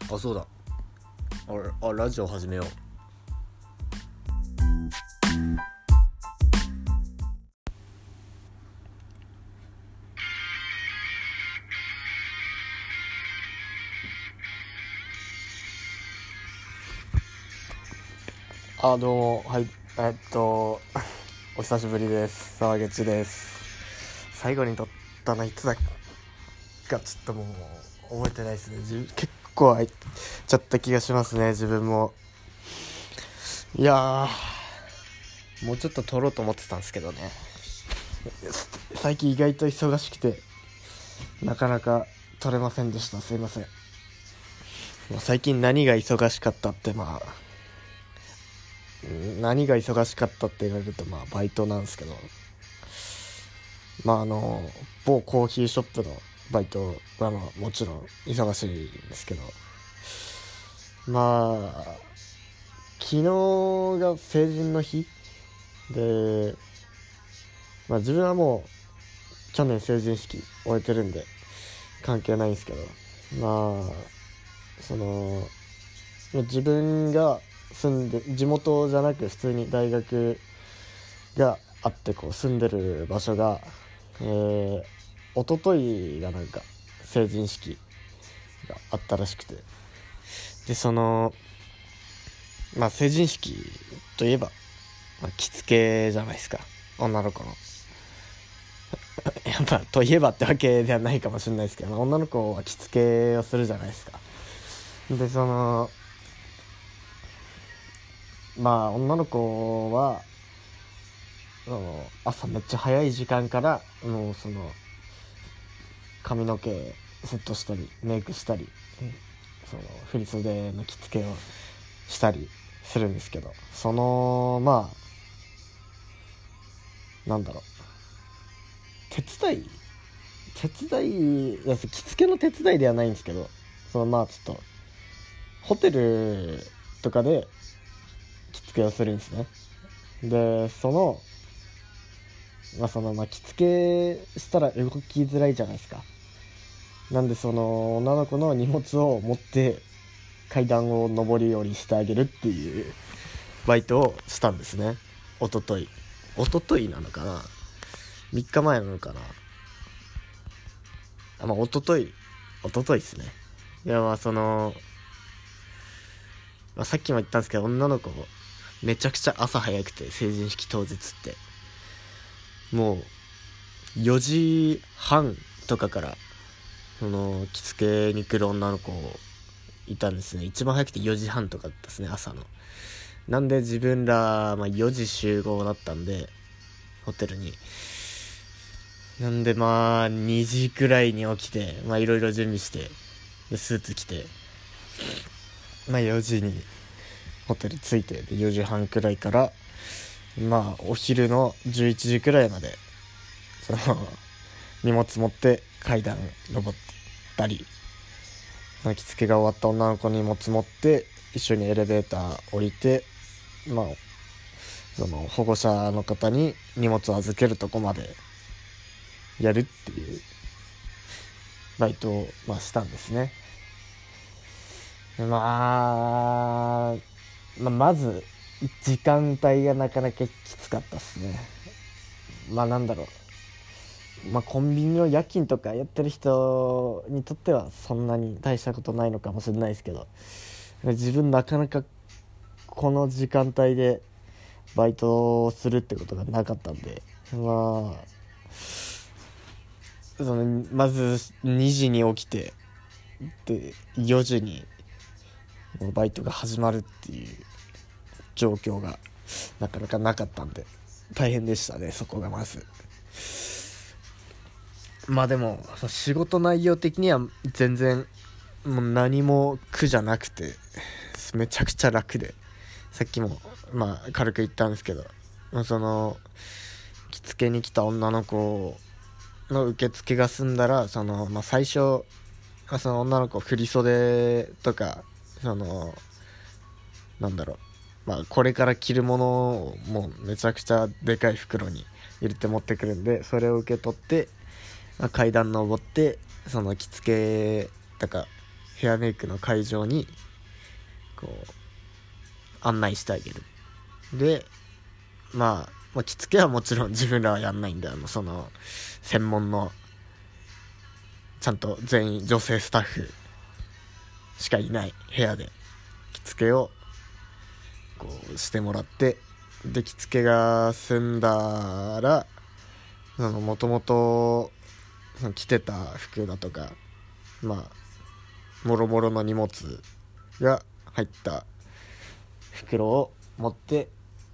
あ、そうだ。ラジオ始めよう。どうも、はい、お久しぶりです。沢口です。最後に撮ったのいつだかちょっともう覚えてないですね。結構空いちゃった気がしますね、自分も。いやー、もうちょっと撮ろうと思ってたんですけどね。最近意外と忙しくてなかなか撮れませんでした。すいません。最近何が忙しかったって何が忙しかったって言われるとバイトなんですけど、某コーヒーショップのバイトはもちろん忙しいんですけど、昨日が成人の日で、自分はもう去年成人式終えてるんで関係ないんですけど、自分が住んで地元じゃなく普通に大学があって住んでる場所が、一昨日が成人式があったらしくて、で成人式といえば、着付けじゃないですか、女の子のといえばってわけではないかもしれないですけど、女の子は着付けをするじゃないですか。で女の子は朝めっちゃ早い時間から髪の毛セットしたりメイクしたり、振り袖の着付けをしたりするんですけど、なんだろう、手伝い着付けの手伝いではないんですけど、ちょっとホテルとかで着付けをするんですね。で着付けしたら動きづらいじゃないですか。なんで女の子の荷物を持って階段を上り下りしてあげるっていうバイトをしたんですね。一昨日なのかな、3日前なのかな、一昨日ですね。いやさっきも言ったんですけど、女の子めちゃくちゃ朝早くて、成人式当日ってもう4時半とかから着付けに来る女の子いたんですね。一番早くて4時半とかだったですね、朝の。なんで自分ら、4時集合だったんで、ホテルに。なんで2時くらいに起きて、いろいろ準備して、でスーツ着て、4時にホテル着いて、で4時半くらいからお昼の11時くらいまで荷物持って階段登ったり、着付けが終わった女の子に荷物持って一緒にエレベーター降りて、保護者の方に荷物を預けるとこまでやるっていうバイトをしたんですね。まず時間帯がなかなかきつかったっすね。コンビニの夜勤とかやってる人にとってはそんなに大したことないのかもしれないですけど、自分なかなかこの時間帯でバイトをするってことがなかったんで、まず2時に起きて、で4時にバイトが始まるっていう状況がなかなかなかったんで大変でしたね、そこがまず。でも仕事内容的には全然もう何も苦じゃなくて、めちゃくちゃ楽で、さっきも軽く言ったんですけど、着付けに来た女の子の受付が済んだら、最初その女の子振り袖とかこれから着るものをもうめちゃくちゃでかい袋に入れて持ってくるんで、それを受け取って、階段登って着付けとかヘアメイクの会場にこう案内してあげる。でまあ着付けはもちろん自分らはやんないんで、その専門のちゃんと全員女性スタッフしかいない部屋で着付けをこうしてもらって、で着付けが済んだらもともと着てた服だとかもろもろの荷物が入った袋を持って、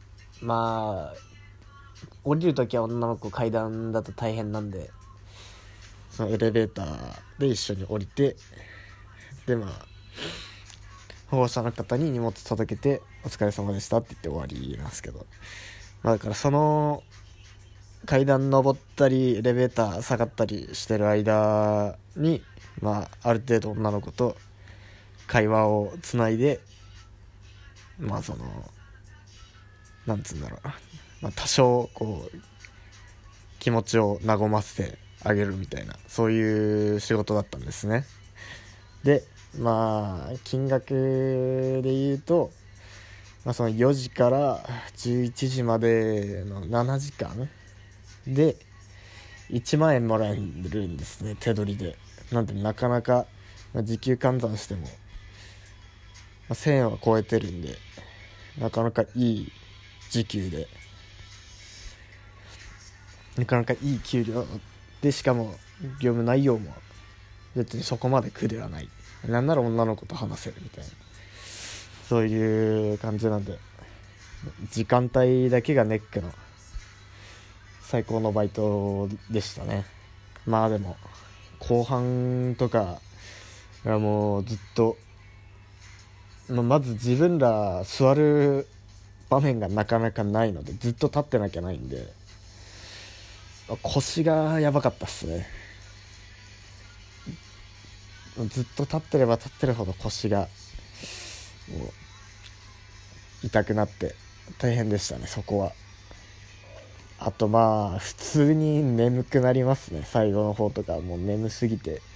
降りるときは女の子階段だと大変なんで、そのエレベーターで一緒に降りて、で保護者の方に荷物届けてお疲れ様でしたって言って終わりなんですけど、だからその階段登ったりエレベーター下がったりしてる間にある程度女の子と会話をつないでそのなんつうんだろうな、多少こう気持ちを和ませてあげるみたいな、そういう仕事だったんですね。で金額で言うと、その4時から11時までの7時間で1万円もらえるんですね、手取りで。なんでなかなか時給換算しても1000円は超えてるんで、なかなかいい時給で、なかなかいい給料で、しかも業務内容も別にそこまで苦ではない、なんなら女の子と話せるみたいな、そういう感じなんで、時間帯だけがネックの最高のバイトでしたね。でも後半とかはもうずっと、まず自分ら座る場面がなかなかないので、ずっと立ってなきゃないんで、腰がやばかったっすね。ずっと立ってれば立ってるほど腰がもう痛くなって大変でしたね、そこは。あと普通に眠くなりますね、最後の方とか。もう眠すぎて、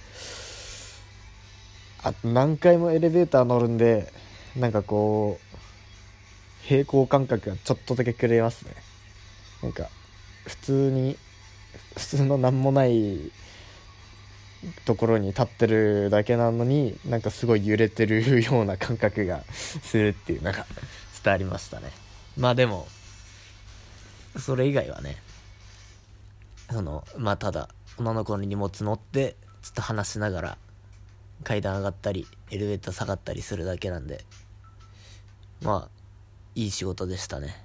あと何回もエレベーター乗るんで、なんかこう平行感覚がちょっとだけくれますね。なんか普通のなんもないところに立ってるだけなのに、なんかすごい揺れてるような感覚がするっていうのが伝わりましたね。でもそれ以外はね、ただ女の子の荷物乗ってちょっと話しながら階段上がったりエレベーター下がったりするだけなんで、いい仕事でしたね。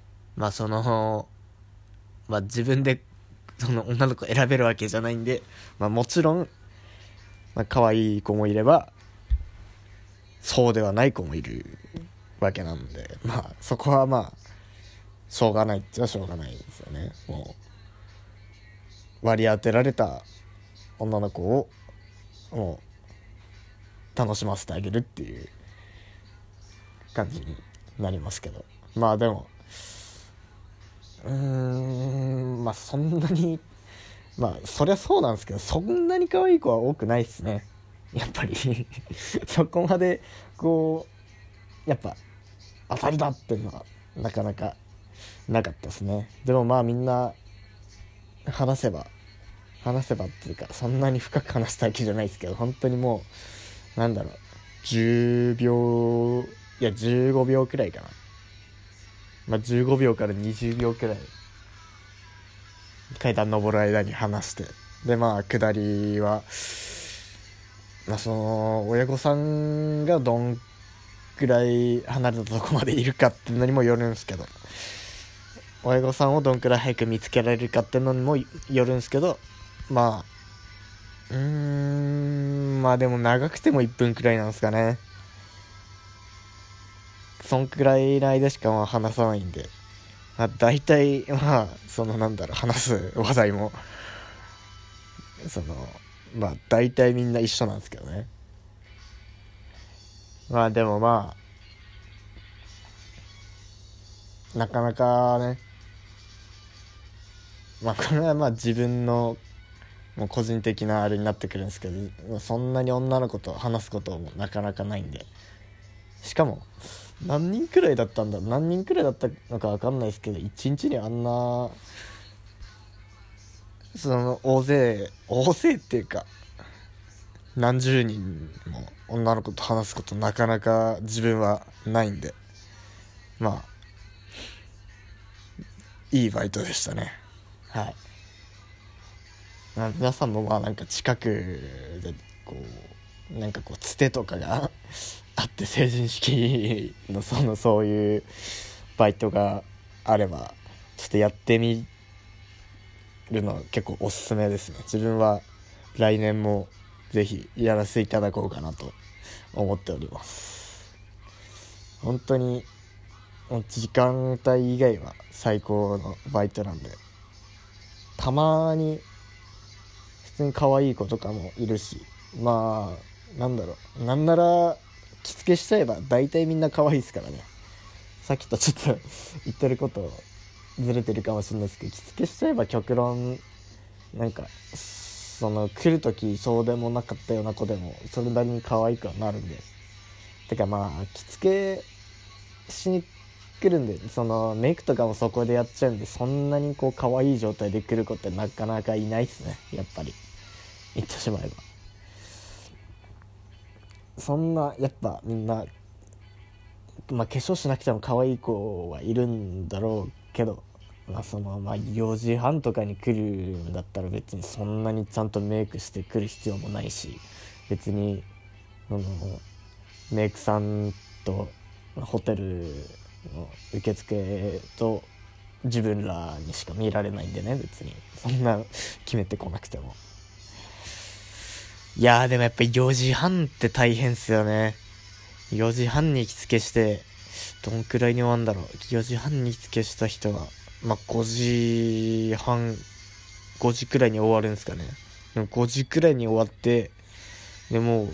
自分でその女の子選べるわけじゃないんで、もちろん可愛い子もいればそうではない子もいるわけなんで、そこはしょうがないっちゃしょうがないですよね。もう割り当てられた女の子をもう楽しませてあげるっていう感じになりますけど、でもそんなにそりゃそうなんですけど、そんなに可愛い子は多くないっすね、やっぱりそこまでこうやっぱ当たりだっていうのはなかなかなかったですね。でもみんな話せばっていうか、そんなに深く話したわけじゃないですけど、本当にもう10秒いや15秒くらいかな、15秒から20秒くらい階段登る間に話して、で下りはその親御さんがどんくらい離れたとこまでいるかっていうのにもよるんですけど、親御さんをどんくらい早く見つけられるかっていうのにもよるんですけど、でも長くても1分くらいなんですかね。そんくらいの間しか話さないんで、大体話す話題も大体みんな一緒なんですけどね。でもなかなかね、これは自分のもう個人的なあれになってくるんですけど、そんなに女の子と話すこともなかなかないんで、しかも何人くらいだったのか分かんないですけど、一日にあんなその大勢っていうか何十人も女の子と話すことなかなか自分はないんで、まあいいバイトでしたね。はい。まあ、皆さんもまあなんか近くでこうなんかこうつてとかがあって成人式のそういうバイトがあればちょっとやってみるの結構おすすめですね。自分は来年もぜひやらせていただこうかなと思っております。本当に時間帯以外は最高のバイトなんで、たまに普通に可愛い子とかもいるし、まあなんなら着付けしちゃえば大体みんな可愛いですからね。さっきとちょっと言ってることずれてるかもしれないですけど、着付けしちゃえば極論なんかその来る時そうでもなかったような子でもそれなりに可愛くはなるんで、てかまあ着付けしに来るんで、そのメイクとかもそこでやっちゃうんで、そんなにこう可愛い状態で来る子ってなかなかいないっすね。やっぱり言ってしまえばそんなやっぱみんなまあ化粧しなくても可愛い子はいるんだろうけど、まあ4時半とかに来るんだったら別にそんなにちゃんとメイクして来る必要もないし、別にメイクさんとホテルの受付と自分らにしか見られないんでね、別にそんな決めてこなくても。いやーでもやっぱり4時半って大変っすよね。4時半に着付けしてどんくらいに終わるんだろう。4時半に着付けした人はまあ5時くらいに終わるんですかね。でも5時くらいに終わって、でもう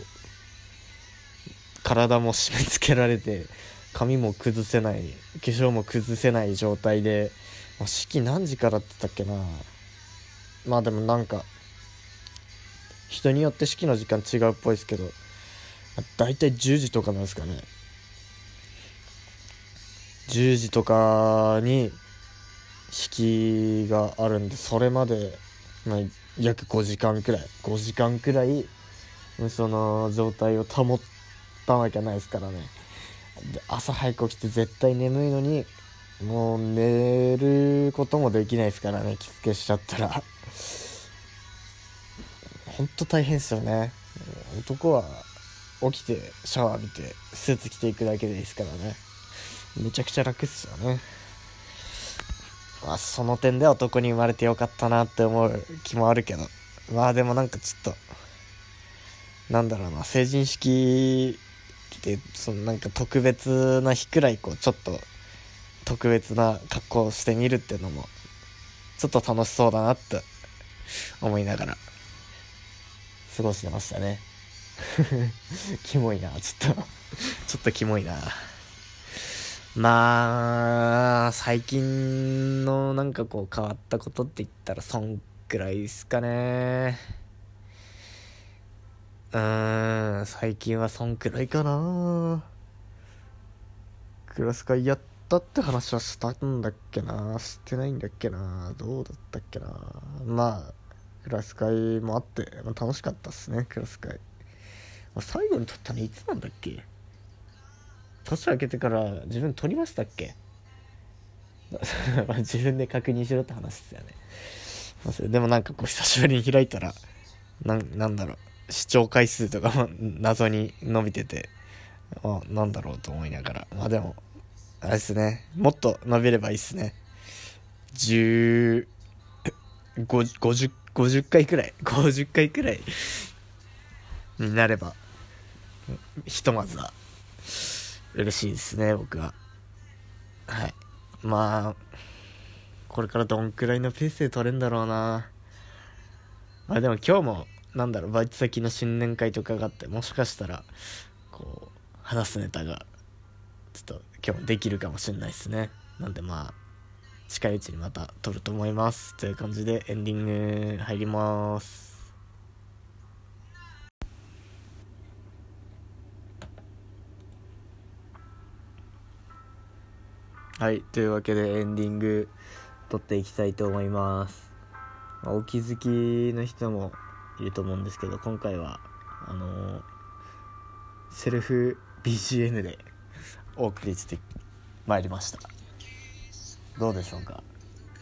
体も締め付けられて髪も崩せない、化粧も崩せない状態で、式何時からって言ったっけな。まあでもなんか人によって式の時間違うっぽいですけど、だいたい10時とかなんですかね。10時とかに式があるんで、それまで、まあ、約5時間くらいその状態を保ったなきゃないですからね。で朝早く起きて絶対眠いのにもう寝ることもできないですからね、着付けしちゃったらほんと大変ですよね。男は起きてシャワー浴びてスーツ着ていくだけでいいですからね。めちゃくちゃ楽っすよね。まあその点では男に生まれてよかったなって思う気もあるけど、まあでもなんかちょっとなんだろうな、成人式ってそのなんか特別な日くらいこうちょっと特別な格好をしてみるっていうのもちょっと楽しそうだなって思いながら過ごしてましたね。キモいな、ちょっとキモいな。まあ最近のなんかこう変わったことって言ったらそんくらいですかね。最近はそんくらいかな。クラス会やったって話はしたんだっけな、してないんだっけな、どうだったっけな。まあクラス会もあって、まあ、楽しかったっすね。クラス会、最後に撮ったのいつなんだっけ。年明けてから自分撮りましたっけ。自分で確認しろって話ですよね。でもなんかこう久しぶりに開いたらなんだろう、視聴回数とかも謎に伸びてて、なんだろうと思いながら、まあでもあれですね、もっと伸びればいいっすね。50回くらいになればひとまずは嬉しいですね、僕は。はい。まあこれからどんくらいのペースで取れんだろうな。まあでも今日もバイト先の新年会とかがあって、もしかしたらこう話すネタがちょっと今日もできるかもしれないですね。なんでまあ近いうちにまた撮ると思います。という感じでエンディング入ります。 はい、というわけでエンディング撮っていきたいと思います。お気づきの人もいると思うんですけど、今回はセルフ BGM でお送りしてまいりました。どうでしょうか。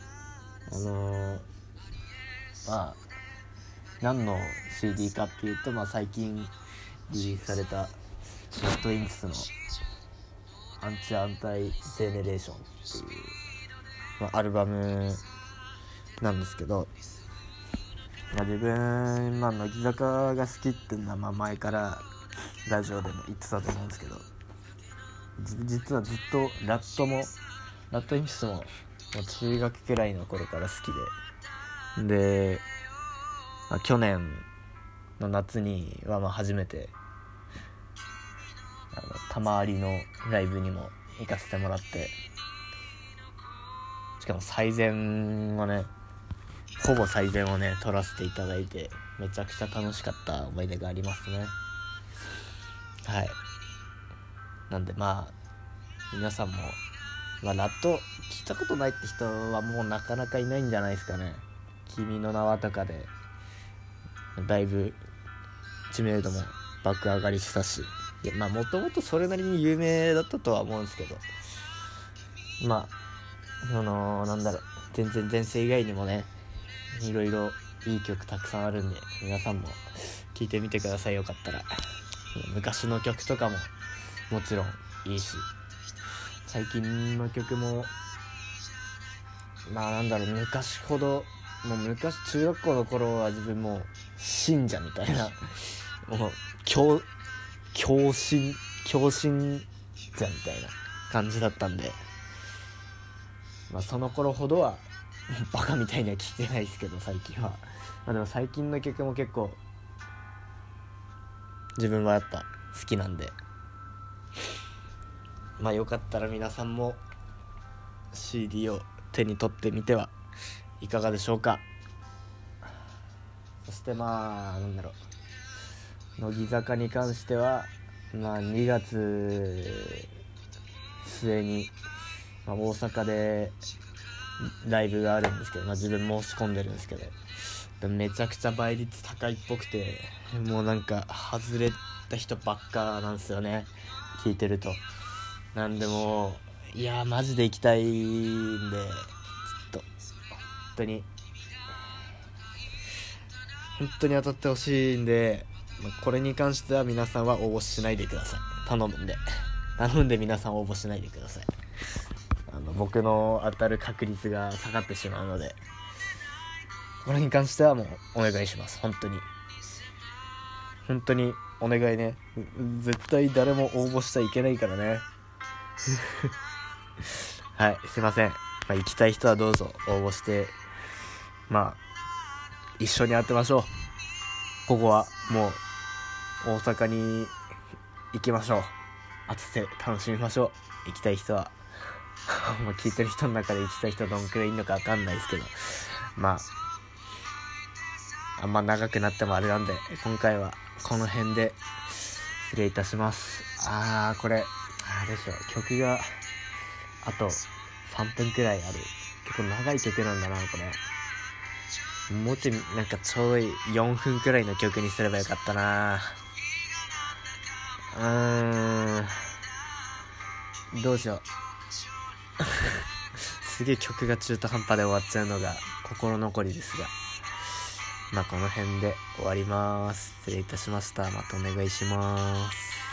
何の CD かっていうと、最近リリースされたRADWIMPS のアンチアンタイジェネレーションっていう、アルバムなんですけど、自分、乃木坂が好きっていうのは前からラジオでも言ってたと思うんですけど、実はずっとRADWIMPS も中学くらいの頃から好きで、去年の夏には初めてたまわりのライブにも行かせてもらって、しかもほぼ最善を撮らせていただいて、めちゃくちゃ楽しかった思い出がありますね。はい。なんで皆さんもラッド聞いたことないって人はもうなかなかいないんじゃないですかね。君の名はとかでだいぶ知名度も爆上がりしたし、もともとそれなりに有名だったとは思うんですけど、全然前世以外にもね、いろいろいい曲たくさんあるんで、皆さんも聴いてみてください。よかったら。昔の曲とかももちろんいいし、最近の曲も昔ほど、昔中学校の頃は自分も信者みたいなもう狂信者みたいな感じだったんで、その頃ほどはバカみたいには聴いてないですけど、最近はでも最近の曲も結構自分はやっぱ好きなんで、よかったら皆さんも CD を手に取ってみてはいかがでしょうか。そして乃木坂に関しては2月末に、大阪でライブがあるんですけど、自分申し込んでるんですけど、めちゃくちゃ倍率高いっぽくて、もう外れた人ばっかなんですよね、聞いてると。なんでもうマジで行きたいんで、ちょっと本当に当たってほしいんで、これに関しては皆さんは応募しないでください。頼むんで皆さん応募しないでください。僕の当たる確率が下がってしまうので、これに関してはもうお願いします。本当にお願いね。絶対誰も応募しちゃいけないからねはい、すいません。行きたい人はどうぞ応募して、一緒に当てましょう。ここはもう大阪に行きましょう。当てて楽しみましょう。行きたい人はもう聞いてる人の中で行きたい人どんくらいいるのか分かんないですけど、あんま長くなってもあれなんで、今回はこの辺で失礼いたします。これ曲があと3分くらいある、結構長い曲なんだな。これもうちょいちょうどいい4分くらいの曲にすればよかったな。どうしようすげえ曲が中途半端で終わっちゃうのが心残りですが、この辺で終わります。失礼いたしました。またお願いします。